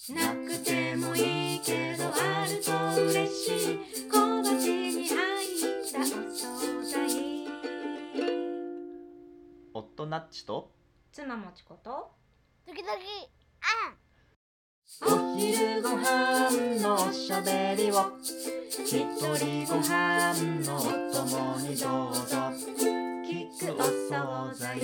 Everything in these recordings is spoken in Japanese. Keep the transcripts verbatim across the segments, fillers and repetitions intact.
なくてもいいけどあると嬉しい小鉢に入ったお惣菜。 夫ナッチと妻もちこと時々 お昼ご飯のおしゃべりを一人ご飯のお供にどうぞ聞くお惣菜。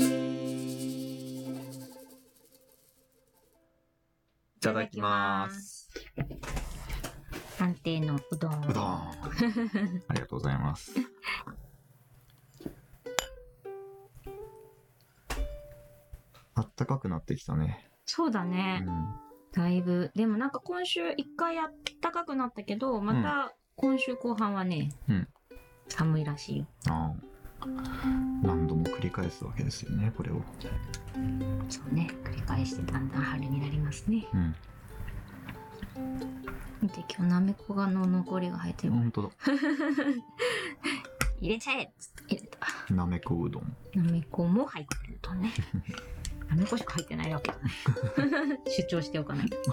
いただきます。 安定のうどんうどんありがとうございますあったかくなってきたね。 そうだね、 うん、 だいぶ。でもなんか今週一回あったかくなったけどまた今週後半はね、 うん、 寒いらしいよ。 ああ何度も繰り返すわけですよねこれを。 そうね、繰り返してだんだん春になりますね。 うん見て、今日なめこがの残りが入ってる。 本当だ入れちゃえっつって入れた。 なめこうどん。 なめこも入ってるとねなめこしか入ってないわけ主張しておかないと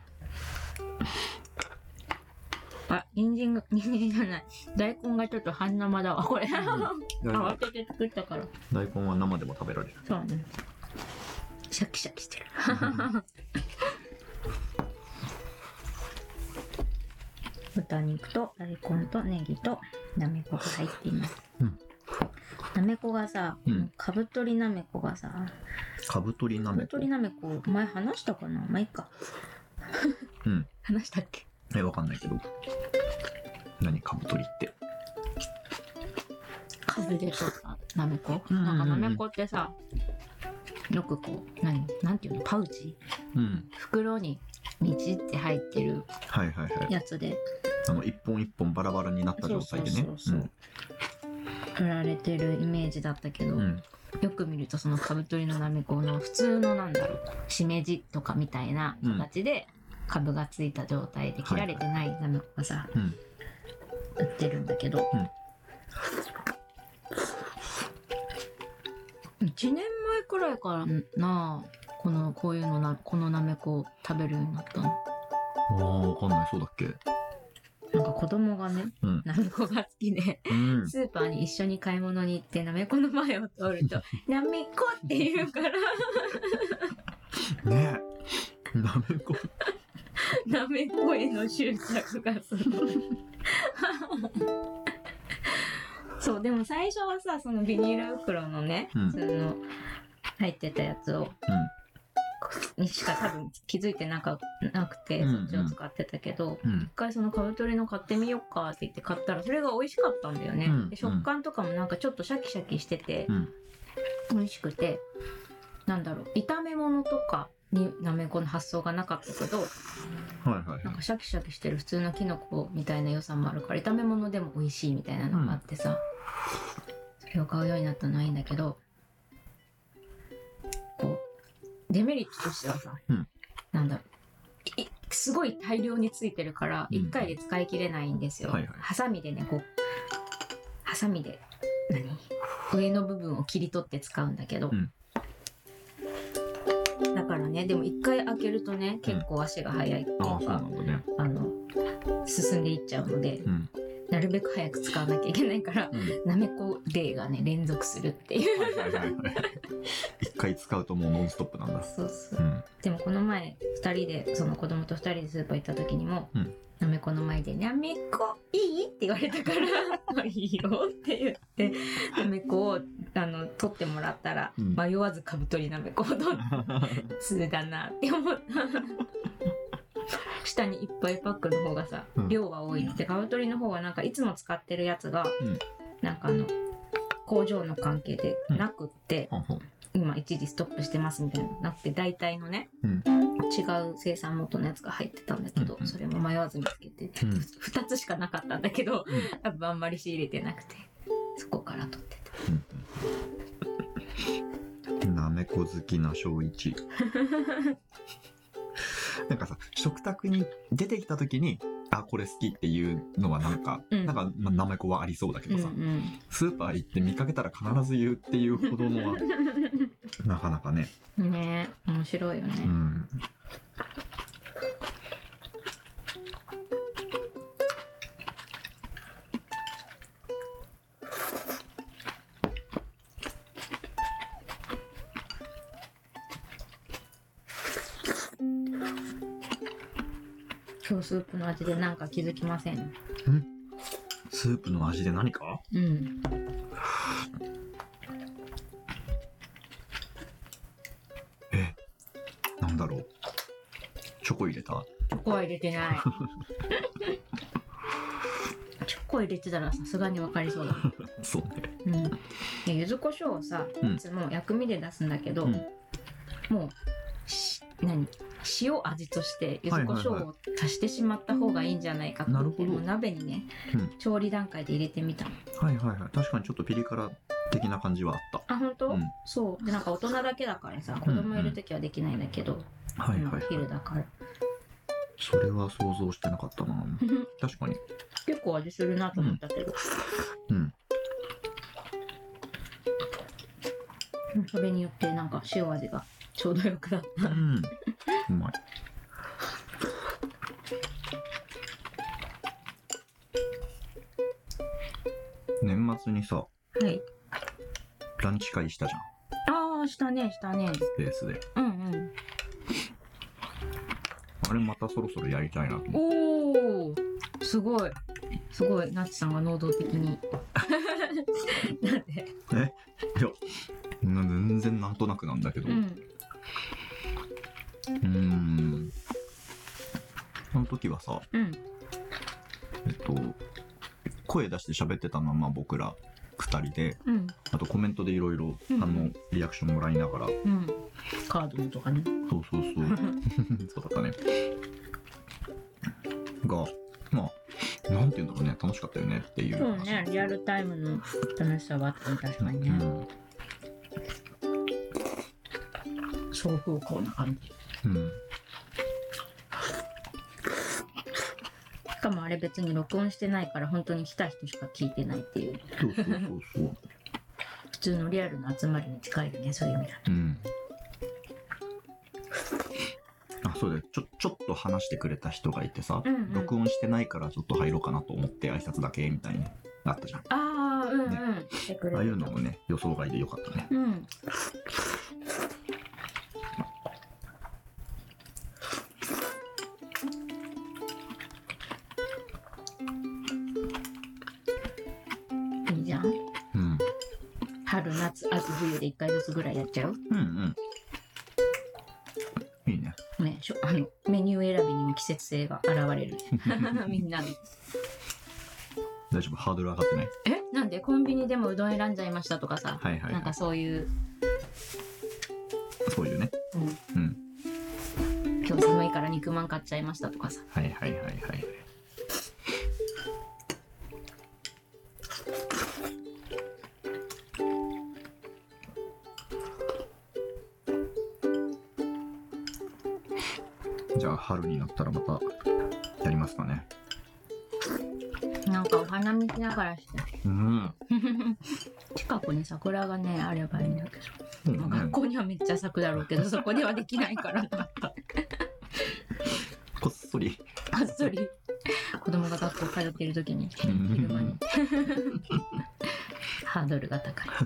あ、人参が人参じゃない大根がちょっと半生だわこれ慌てて作ったから。 大根は生でも食べられる。 そうね、シャキシャキしてる豚肉と大根とネギとなめこが入っています、 うん、 なめこがさ、 うんかぶとりなめこがさ、 かぶとりなめこ。 かぶとりなめこ前話したかな。まあいいかうん話したっけ。 えわかんないけど何かぶとりって。 かぶで取ったなめこ、 うんうんうんなんかなめこってさよくこう何なんていうのパウチうん袋にみちって入ってるはいはいはい。 やつであの一本一本バラバラになった状態でね。 そうそうそうそう売られてるイメージだったけど、 うんうんよく見るとそのかぶとりのなめこの普通のなんだろうしめじとかみたいな形で株がついた状態で切られてないなめこがさ、 うん売ってるんだけど、うん、いちねんまえくらいからなこのこういうのなこのなめこを食べるようになったの。 ああわかんない。そうだっけ。 なんか子供がね、 うんなめこが好きで、 うんスーパーに一緒に買い物に行ってなめこの前を通るとなめこって言うからねえなめこなめこへの執着がすごいそうでも最初はさそのビニール袋のね、 うんその入ってたやつをにしか多分気づいてなかなくて、 うんそっちを使ってたけど、 うん一回そのかぶとりの買ってみようかって言って買ったらそれが美味しかったんだよね、 うんで食感とかもなんかちょっとシャキシャキしてて、 うん美味しくてなんだろう炒め物とかになめこの発想がなかったけどはいはいはい。 なんかシャキシャキしてる普通のキノコみたいな良さもあるから炒め物でも美味しいみたいなのがあってさ、それを買うようになったのはいいんだけどこうデメリットとしてはさ、 うんなんだろういすごい大量についてるからうんいっかいで使い切れないんですよ、 はいはいハサミでねこうハサミで何上の部分を切り取って使うんだけど、 うんだからねでもいっかい開けるとね結構足が速いっていうああそうなか、 んだね。 あの進んでいっちゃうので、 うんなるべく早く使わなきゃいけないからうんなめこ例がね連続するっていうはいはいはいはい。一回使うともうノンストップなんだ。 そうそううんでもこの前ふたりでその子供とふたりでスーパー行った時にも、 うんなめこの前で「なめこいい?」って言われたから「いいよ」って言ってなめこをあの取ってもらったら、 うん迷わずかぶとりなめこを取って普通だなって思った下にいっぱいパックの方がさ、 うん量は多いってかぶとりの方はなんかいつも使ってるやつが、 うんなんかあの工場の関係でなくって、 ほんほん今一時ストップしてますみたいなのなくて大体のね、 うん違う生産元のやつが入ってたんだけど、 うんうんそれも迷わず見つけて、 うんふたつしかなかったんだけど、多分あんまり仕入れてなくてそこから取ってた。 なめこ好きな小一なんかさ食卓に出てきた時にあこれ好きっていうのはなんか、 うんなんか、まあ、なめこはありそうだけどさ、 うんうんスーパー行って見かけたら必ず言うっていうほどのはなかなかね。 ねえ面白いよね、 うん今日スープの味でなんか気づきません？ スープの味で何か？ うん。 え、なんだろう。チョコ入れた？ チョコは入れてない。チョコ入れてたらさすがに分かりそうだ。 そうね。 うん。で柚子胡椒をさ、 うんいつも薬味で出すんだけど、 うんもうし何塩味として柚子胡椒を足してしまった方がいいんじゃないかって言って、 なるほどもう鍋にね、 うん調理段階で入れてみたの。 はいはいはい。確かにちょっとピリ辛的な感じはあった。 あ、本当？ うんそう。でなんか大人だけだからさ、子供いる時はできないんだけど、うんはいはいはい。 昼だから。 それは想像してなかったな。確かに。 結構味するなと思ったけど、 うん。 それによってなんか塩味がちょうどよくなった。 うん。うまい。年末にさ、 はい。 ランチ会したじゃん。 ああ、したね、したね。 ベースで。 うんうん。 あれまたそろそろやりたいなと思って。 おお、すごい。すごい、なっちさんが能動的に。なんで？ いや、な全然なんとなくなんだけど。 う。 うんーん。その時はさ、 うん。 えっと、声出して喋ってたのはまあ僕ら二人で、 うん。 あとコメントでいろいろうん反応、リアクションもらいながら、 うん。カードのとかね。 そうそうそう。そうだったね。が、まあ、なんていうんだろうね、楽しかったよねっていう話。 そうね、リアルタイムの楽しさはあったね、確かにね。送風口な感じ。 うん。うん。 しかもあれ別に録音してないから本当に来た人しか聞いてないっていう、 そうそうそうそう。 普通のリアルな集まりに近いよね、そういう意味だと。 うん。あ、そうだよ。ちょ、ちょっと話してくれた人がいてさ、 うんうん録音してないからちょっと入ろうかなと思って挨拶だけみたいになったじゃん。 ああ、うんうん。 ねしてくれるああいうのもね、予想外でよかったね。 うん。いいじゃん。 うん。 春、夏、秋、冬で一回ずつぐらいやっちゃう。 うんうん。いいね。 ね、しょあのメニュー選びにも季節性が現れる。みんなの。 大丈夫、ハードル上がってない？ え、なんでコンビニでもうどん選んじゃいましたとかさ、 はいはい、 なんかはい。 そういう、 そういうね。 うん、 うん。 今日寒いから肉まん買っちゃいましたとかさ。 はいはいはいはい。じゃあ春になったらまたやりますかね。 なんかお花見しながらして。 うん。 近くに桜がねあればいいんだけど、 うんまあ学校にはめっちゃ咲くだろうけど、そこではできないからな。 こっそり。 あっそり子供が学校通っている時に昼間にハードルが高い。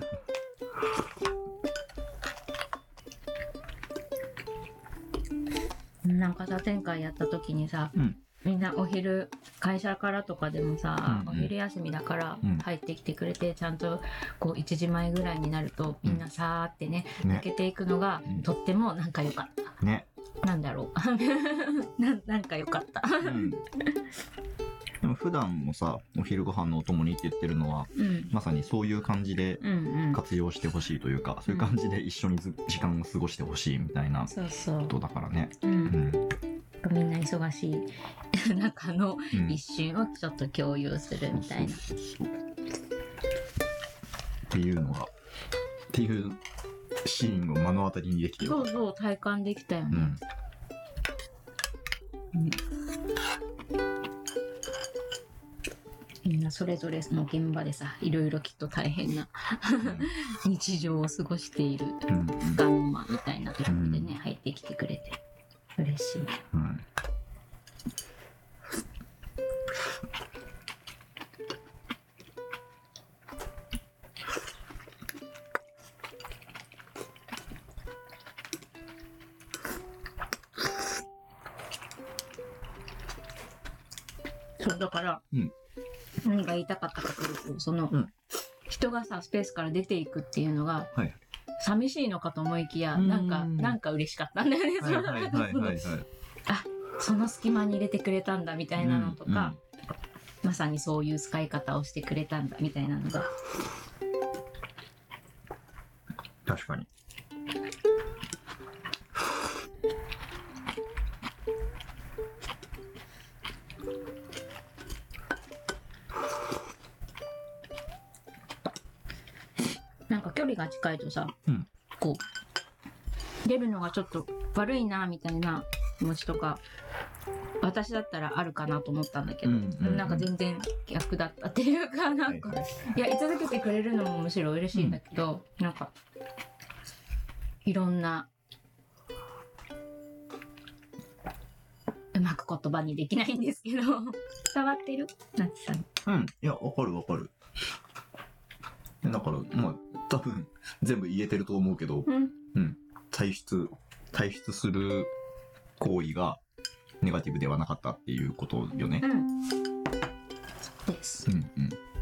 なんかさ前回やった時にさ、 うんみんなお昼会社からとかでもさ、 うんうんお昼休みだからうん入ってきてくれて、ちゃんとこういちじまえぐらいになるとみんなさーってね、抜ね。 けていくのがうんとってもなんか良かった。 ね。 なんだろうななんか良かった。 うん。でも普段もさ、お昼ご飯のお供にって言ってるのは、 うんまさにそういう感じでうんうん。 活用してほしいというか、そういう感じで一緒にず時間を過ごしてほしいみたいなそうそうこ。とだからね。 う。 うんん。 みんな忙しい中のうん一瞬をちょっと共有するみたいな。 そうそうそうっていうのが、っていうシーンを目の当たりにできてよかった。 そうそう体感できたよね。 うん。 みんなそれぞれの現場でさ、いろいろきっと大変な日常を過ごしているうん。うん。 ガンマみたいなところでね、入ってきてくれて嬉しい。 うん。 そうだから、 うん何が言いたかったかというと、その、 うん人がさスペースから出ていくっていうのが、 はい寂しいのかと思いきや、 うんなんかなんか嬉しかったんだよね。 はいはいはいはいはい。 あ、その隙間に入れてくれたんだみたいなのとか、まさにそういう使い方をしてくれたんだみたいなのが。 確かに。 なんか距離が近いとさ、 うんこう出るのがちょっと悪いなみたいな気持ちとか私だったらあるかなと思ったんだけど、 うんうんうんでもなんか全然逆だったっていうか、なんか、 はいはいいや居続けてくれるのもむしろ嬉しいんだけど、なんかいろんなうまく言葉にできないんですけど伝わってるなつさん。 うん。いや、わかるわかる。だから、まあ、多分、全部言えてると思うけど、 うんうん。退出、退出する行為がネガティブではなかったっていうことよねう。んそうです。 うん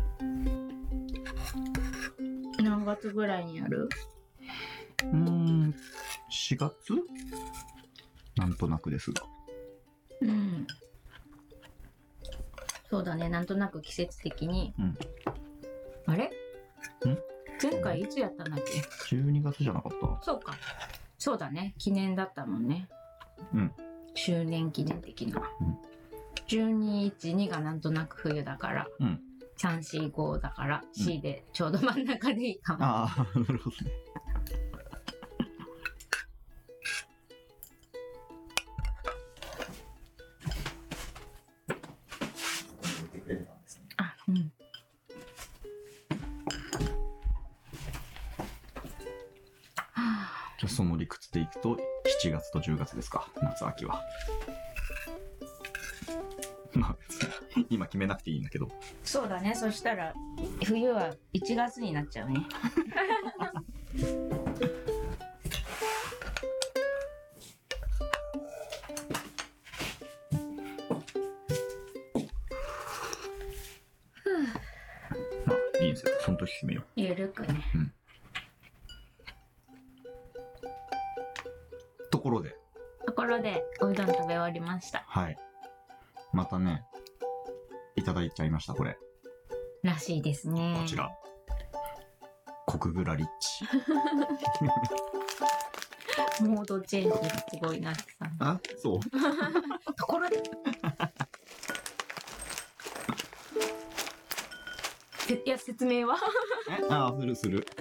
うん。 何月ぐらいにやる？ うーん、しがつなんとなくですが。 うん。そうだね、なんとなく季節的に。 うんあれ？前回いつやったんだっけ？ じゅうにがつじゃなかった？ そうか。そうだね、記念だったもんね。 うん。 周年記念的な。 うんじゅうに、いち、にがなんとなく冬だから、 うん。 さん、よん、ごだから、C でちょうど真ん中でいいかも。 ああ、なるほどね。 あ、うん。 じゃあその理屈でいくとしちがつとじゅうがつですか、夏秋は。まあ別に今決めなくていいんだけど。 そうだね、そしたら、冬はいちがつになっちゃうね。 まあいいんですよ、その時決めよゆるくね。 う。ところで、 ところで、おうどん食べ終わりました。 はい。またね、いただいちゃいました、これ。 らしいですね。 こちら。コクグラリッチ。 モードチェンジがすごいなってさ。 あ、そう。 ところで。せいや、説明はあ、するする。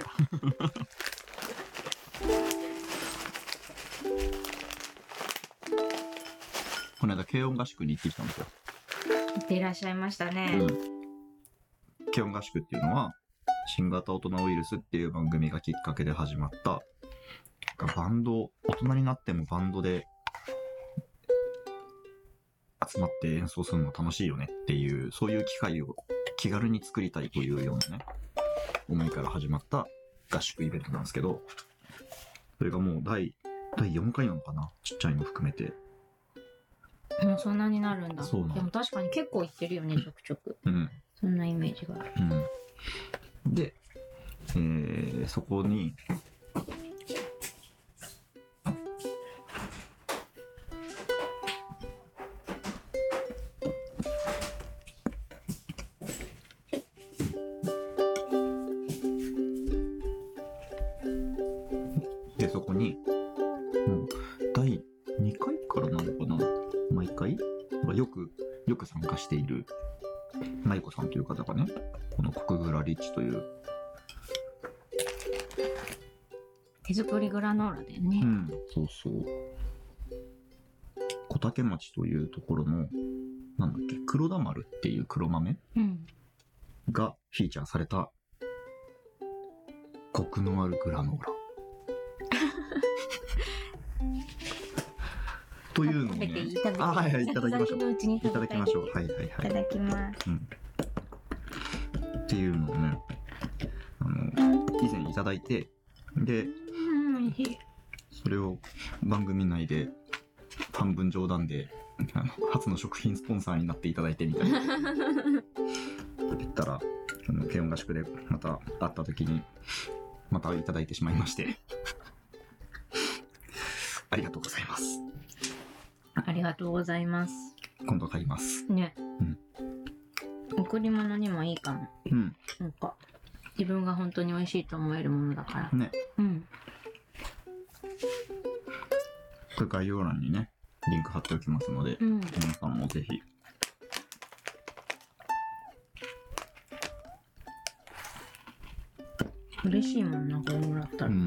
この間、軽音合宿に行ってきたんですよ。 行っていらっしゃいましたね。 うん。軽音合宿っていうのは、新型大人ウイルスっていう番組がきっかけで始まった、バンド、大人になってもバンドで集まって演奏するの楽しいよねっていう、そういう機会を気軽に作りたいというようなね、思いから始まった合宿イベントなんですけど、それがもう第、第よんかいなのかな、ちっちゃいの含めて。 もうそんなになるんだ。 そうなのでも確かに結構行ってるよね、ちょくちょく。 うん。 そんなイメージがある。 うん。で、えー、そこに、で、そこに、もう、だいにかいからなのかな、毎回よく、よく参加している、まゆこさんという方がね、このコクグラリッチという、 手作りグラノーラだよね。 うん、そうそう。小竹町というところの、なんだっけ、黒田丸っていう黒豆うん。 がフィーチャーされた、コクのあるグラノーラ。というのを食べていいね、 食べていいあ、はいはい、いただきましょう。 先のうちにいただきましょう。はいはいいはい。 ただきます。 うん。っていうのをね、あの、以前いただいて、で、 うん、美味しい。 それを番組内で半分冗談であの初の食品スポンサーになっていただいてみたいな言ったら、あの軽音合宿でまた会った時にまたいただいてしまいましてありがとうございます。 ありがとうございます。 今度買います。 ね。 うん。 贈り物にもいいかも。 うん。 なんか自分が本当に美味しいと思えるものだから。 ね。 うん。 これ概要欄にねリンク貼っておきますので、 うん、 皆さんもぜひ。 嬉しいもんな、これもらったら。 うん。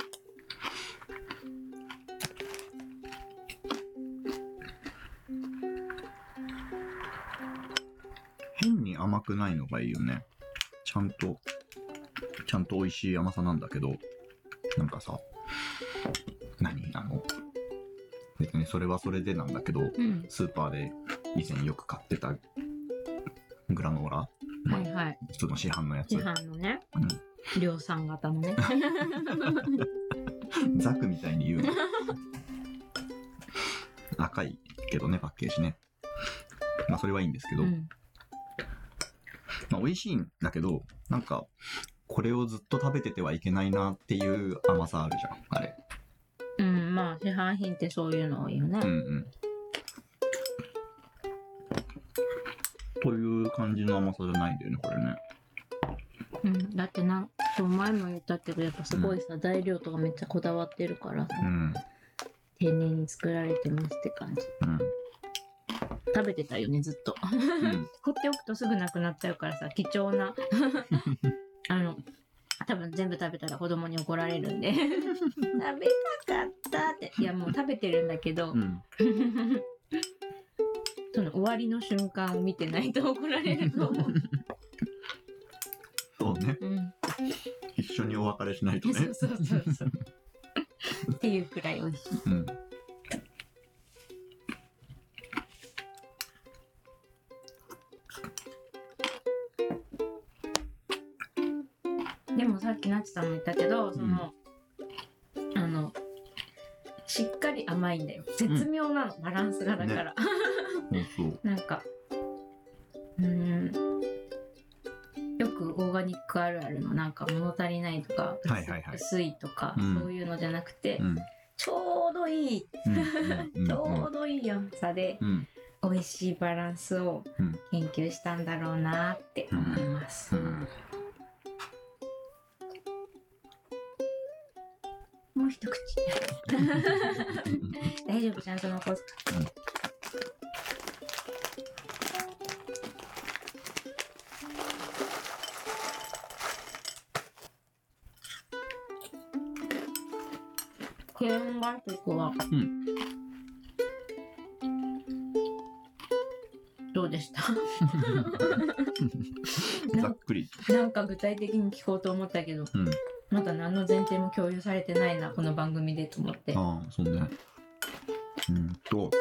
変に甘くないのがいいよね。ちゃんとちゃんと美味しい甘さなんだけど、なんかさ、何あの別にそれはそれでなんだけど、 うん、 スーパーで以前よく買ってたグラノーラ、 はいはい、 普通の市販のやつ、 市販のね、うん、量産型のねザクみたいに言うの赤いけどね、パッケージね。まあそれはいいんですけど、うん、まあ美味しいんだけど、なんかこれをずっと食べててはいけないなっていう甘さあるじゃん、あれ。 うん、まあ市販品ってそういうの多いよね。 うんうん。という感じの甘さじゃないんだよね、これね。 うん、だってなんか前も言ったけど、やっぱすごいさ、うん、材料とかめっちゃこだわってるからさ、うん、丁寧に作られてますって感じ。うん、食べてたよね、ずっと。うん、放っておくとすぐなくなっちゃうからさ、貴重なあの多分全部食べたら子供に怒られるんで食べたかったって、いやもう食べてるんだけど、うん、その終わりの瞬間を見てないと怒られると思うそうね、うん、一緒にお別れしないとねそうそうそうそうっていうくらい美味しい、うん、でもさっきなちさんも言ったけど、その、うん、あのしっかり甘いんだよ。絶妙なの、うん、バランスがだから、 ね、そうなんかうーん、よくオーガニックあるあるのなんか物足りないとか、 はいはいはい、 薄いとか、うん、そういうのじゃなくて、うん、ちょうどいい、うん、ちょうどいい甘さで、うん、美味しいバランスを研究したんだろうなって思います、うんうん、もう一口大丈夫、ちゃんと残す、うん、軽音合宿は、うん、どうでしたざっくりなんか具体的に聞こうと思ったけど、うん、まだ何の前提も共有されてないなこの番組でと思って。 ああ、そうね。うんと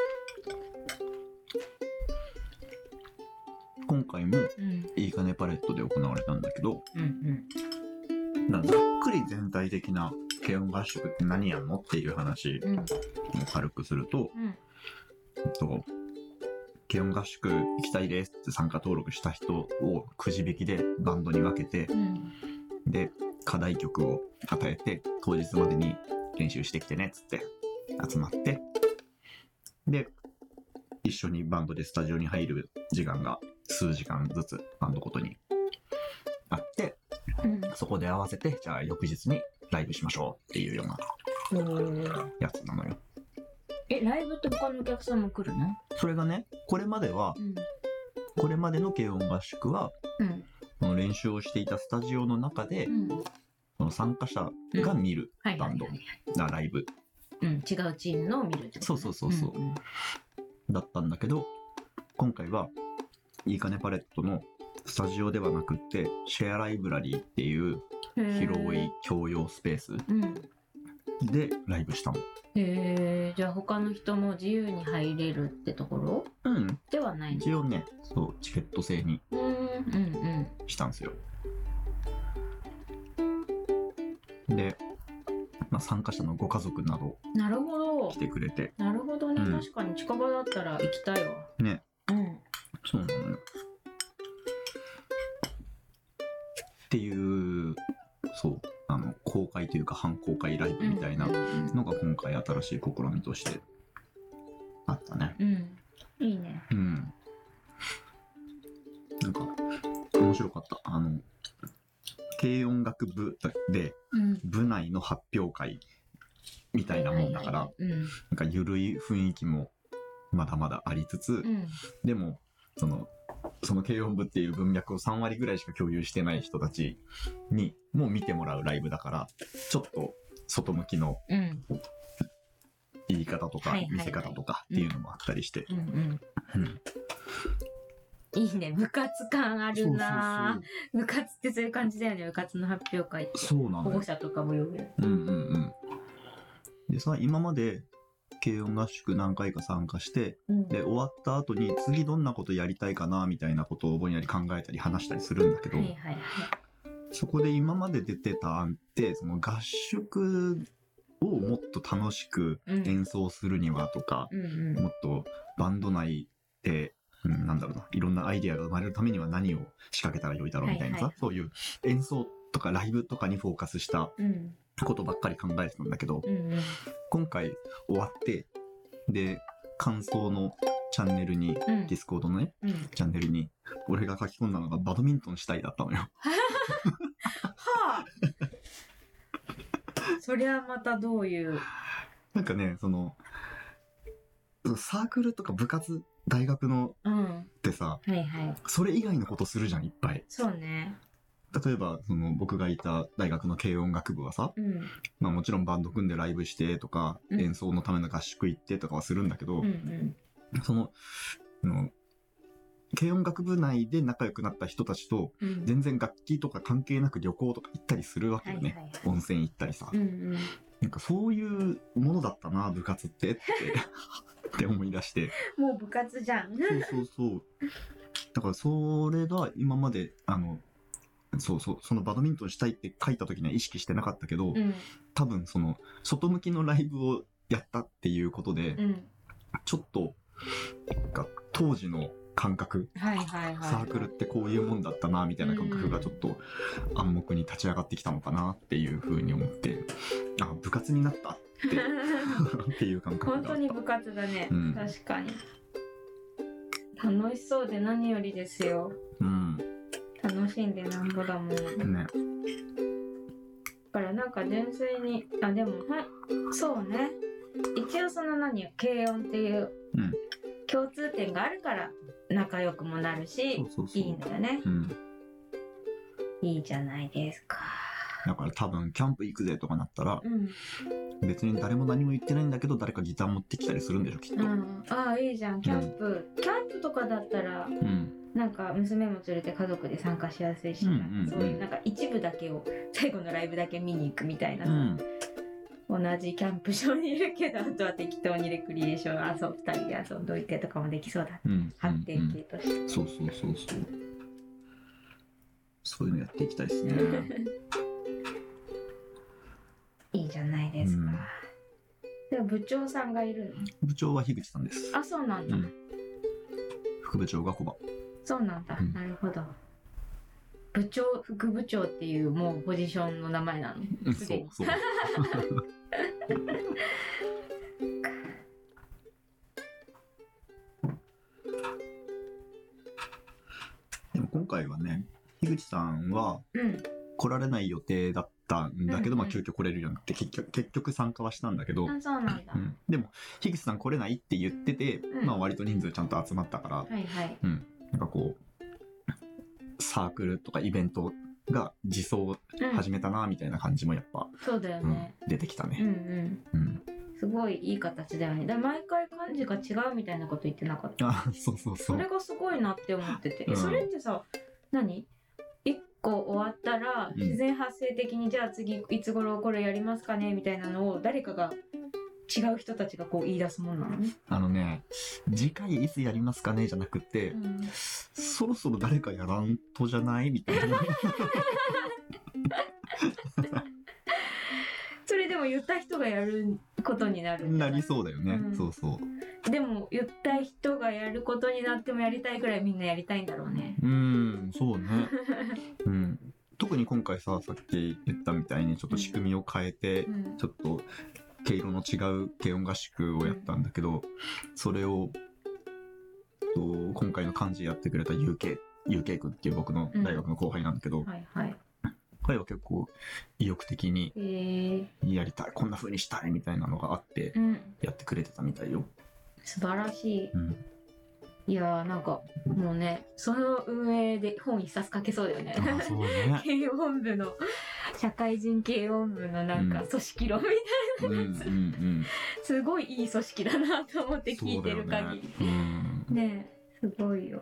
今回もいいかねパレットで行われたんだけど、うんうん、ざっくり全体的な軽音合宿って何やんのっていう話を軽くすると、うん、と軽音合宿行きたいですって参加登録した人をくじ引きでバンドに分けて、うん、で課題曲を与えて当日までに練習してきてねっつって集まって、で一緒にバンドでスタジオに入る時間が数時間ずつバンドごとにあって、うん、そこで合わせてじゃあ翌日にライブしましょうっていうようなやつなのよ。 え、ライブって他のお客さんも来るの？ それがね、これまでは、うん、これまでの軽音合宿は、うん、その練習をしていたスタジオの中で、うん、その参加者が見るバンドがライブ、 うん、違うチームのを見るってこと、ね、 そうそうそうそう、うんうん、だったんだけど、今回はいいかねパレットのスタジオではなくってシェアライブラリーっていう広い共用スペースでライブしたの。 へー、じゃあ他の人も自由に入れるってところ、うん、ではないの？ 一応ね、そうチケット制にしたんですよ。でまあ、参加者のご家族などなるほど来てくれて、 なるほどね、 うん確かに近場だったら行きたいわ。 ね、 うんそうなのよ。っていう、そうあの公開というか半公開ライブみたいなのが今回新しい試みとしてあったね。 うんいいね。 うん。なんか面白かった。あの軽音楽部でうん部内の発表会みたいなもんだから、 はいはいはいうんなんか緩い雰囲気もまだまだありつつ、 うんでもそのその軽音部っていう文脈をさん割ぐらいしか共有してない人たちにも見てもらうライブだから、ちょっと外向きのうん言い方とかはいはいはい見せ方とかっていうのもあったりして、 うんうんうんいいね、部活感あるな。 そう部活ってそういう感じだよね、部活の発表会って。 そうそうそうなのよ。 保護者とかも呼ぶよ。 うんうんうん。でさ、今まで軽音合宿何回か参加して、 うんで終わった後に次どんなことやりたいかなみたいなことをぼんやり考えたり話したりするんだけど、 はいはいはい。 そこで今まで出てた案ってその合宿をもっと楽しく演奏するにはとか、 うんうんもっとバンド内で、うん、なんだろうないろんなアイデアが生まれるためには何を仕掛けたらよいだろうみたいなさ、 はいはいそういう演奏とかライブとかにフォーカスしたうんことばっかり考えてたんだけど、 うんうん今回終わってで感想のチャンネルに、 うんディスコードのねうんチャンネルに俺が書き込んだのがバドミントンしたいだったのよ。 はあそりゃまたどういう。 なんかねそのサークルとか部活大学のうんってさはいはいそれ以外のことするじゃんいっぱい。 そうね。 例えばその僕がいた大学の軽音楽部はさ、 うんまあ、もちろんバンド組んでライブしてとか、 うん演奏のための合宿行ってとかはするんだけど、 うんうんそのあの軽音楽部内で仲良くなった人たちとうん全然楽器とか関係なく旅行とか行ったりするわけよね、 はいはいはい温泉行ったりさ、 うんうんなんかそういうものだったな部活ってってって思い出してもう部活じゃん。 そうそうそうだからそれが今まであのそうそうそのバドミントンしたいって書いた時には意識してなかったけど、 うん多分その外向きのライブをやったっていうことで、 うんちょっとなんか当時の感覚、 はいはいはい。 サークルってこういうもんだったなみたいな感覚がちょっと暗黙に立ち上がってきたのかなっていうふうに思って、あ部活になったってっていう感覚があった。 本当に部活だね、 うん確かに楽しそうで何よりですよ。 うん楽しんでなんぼだもん。だねからなんか純粋にあでもほんそうね一応その何軽音っていううん共通点があるから仲良くもなるしそうそうそういいんだよね。 うんいいじゃないですか。 だから多分キャンプ行くぜとかなったらうん別に誰も何も言ってないんだけど誰かギター持ってきたりするんでしょきっと。 うん、ああいいじゃんキャンプ、キャンプとかだったらうんなんか娘も連れて家族で参加しやすいし、 うんうんうんそういうなんか一部だけを最後のライブだけ見に行くみたいなさ、 うん同じキャンプ場にいるけどあとは適当にレクリエーション遊ぶふたりで遊んどいてとかもできそうだ、 うん発展系として、 そうそうそうそうそういうのやっていきたいですね。 いいじゃないですか、 うんでも部長さんがいる部長は樋口さんです。 の。あそうなんだ、 うん副部長がコバ。 そうなんだ、 うんなるほど。部長副部長っていうもうポジションの名前なのすでに。 そう。でも今回はね、樋口さんはうん来られない予定だったんだけど、 うんうんまあ急遽来れるようになって結局結局参加はしたんだけど、 あそうなんだ、 うん、でも樋口さん来れないって言ってて、 うんまあ割と人数ちゃんと集まったから、 はいはいうん、なんかこうサークルとかイベントが自走うん始めたなみたいな感じもやっぱ、 そうだようんね、 出てきたうん、うね。 んうん、 すごいいい形だよね。だから毎回漢字が違うみたいなこと言ってなかった。 あ、そうそうそ。 そうれがすごいなって思ってて、えうんそれってさ何一個終わったらうん自然発生的に、じゃあ次いつ頃これやりますかねみたいなのを誰かが違う人たちがこう言い出すもんなのね、 あのね、次回いつやりますかねじゃなくて、 うんそろそろ誰かやらんとじゃないみたいな。 それでも言った人がやることになるんじゃなない？ りそうだよね、 うんそうそうでも言った人がやることになってもやりたいくらいみんなやりたいんだろうね。 うーんそうねうん特に今回ささっき言ったみたいにちょっと仕組みを変えて、 うんちょっと毛色の違う軽音合宿をやったんだけど、それをと今回の幹事やってくれた ユーケー ユーケー 君っていう僕の大学の後輩なんだけど、 はいはい。 彼は結構意欲的にへえやりたいこんな風にしたいみたいなのがあってうん、 やってくれてたみたいよ。 素晴らしい。 うん、 いやーなんかもうねその運営で本一冊書けそうだよね。 あそうね。 軽音部の社会人軽音部のなんかうん組織論みたいな、 うんうんうん。 すごいいい組織だなと思って聞いてる限りそうだよね。うん。 ねえすごいよ。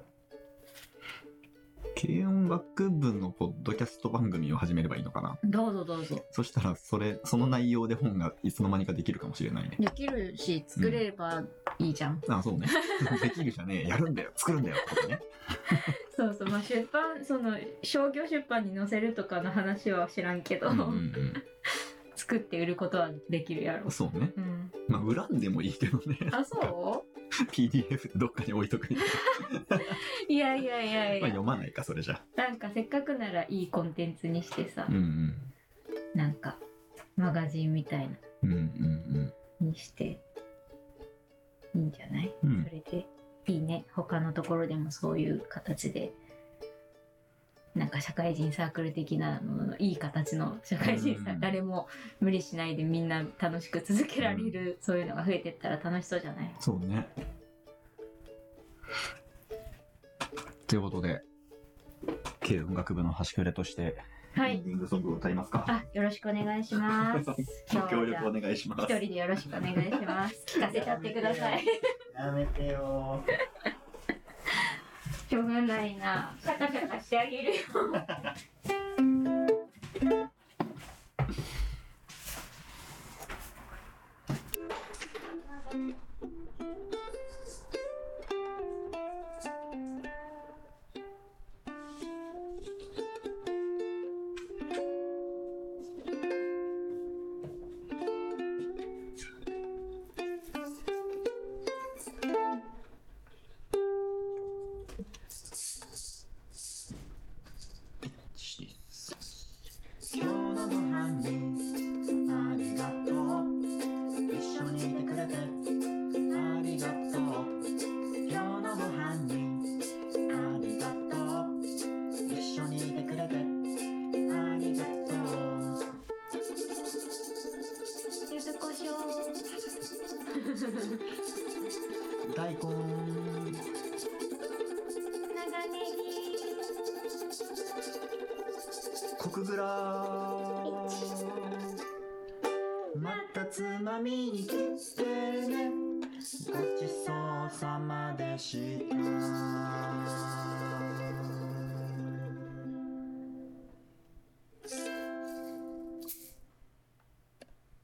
軽音楽部のポッドキャスト番組を始めればいいのかな。 どうぞどうぞ。 そしたらそれその内容で本がいつの間にかできるかもしれないね。 できるし作れればいいじゃん。 あそうね。できるじゃねえやるんだよ作るんだよってことね。 そうそう、まあ出版その商業出版に載せるとかの話は知らんけど、 うんうん作って売ることはできるやろうん。。そうね。 うん。 まあ恨んでもいいけどね。 あそピーディーエフ でどっかに置いとくみたいな。 う？いやいやいやいまあや。 読まないかそれじゃ。 なんかせっかくならいいコンテンツにしてさ、 うんうん。 なんかマガジンみたいなうんうんにしていいんじゃない？ うん。うんそれでいいね。他のところでもそういう形でなんか社会人サークル的なののいい形の社会人サーうん誰も無理しないでみんな楽しく続けられる、そういうのが増えてったら楽しそうじゃない？ そうね。ということで、軽音楽部の端くれとして、 はいエンディングソングを歌いますか。 あ、よろしくお願いします。今日協はじゃあ力お願いします。 一人でよろしくお願いします。聞かせちゃってください。 やめてよしょうがないな。シャカシャカしてあげるよ。 今日のご飯にありがとう一緒にいてくれてありがとう今日のご飯にありがとう一緒にいてくれてありがとう柚子胡椒。 大根長ネギ。 コクグラまたつまみに来てねごちそうさまでした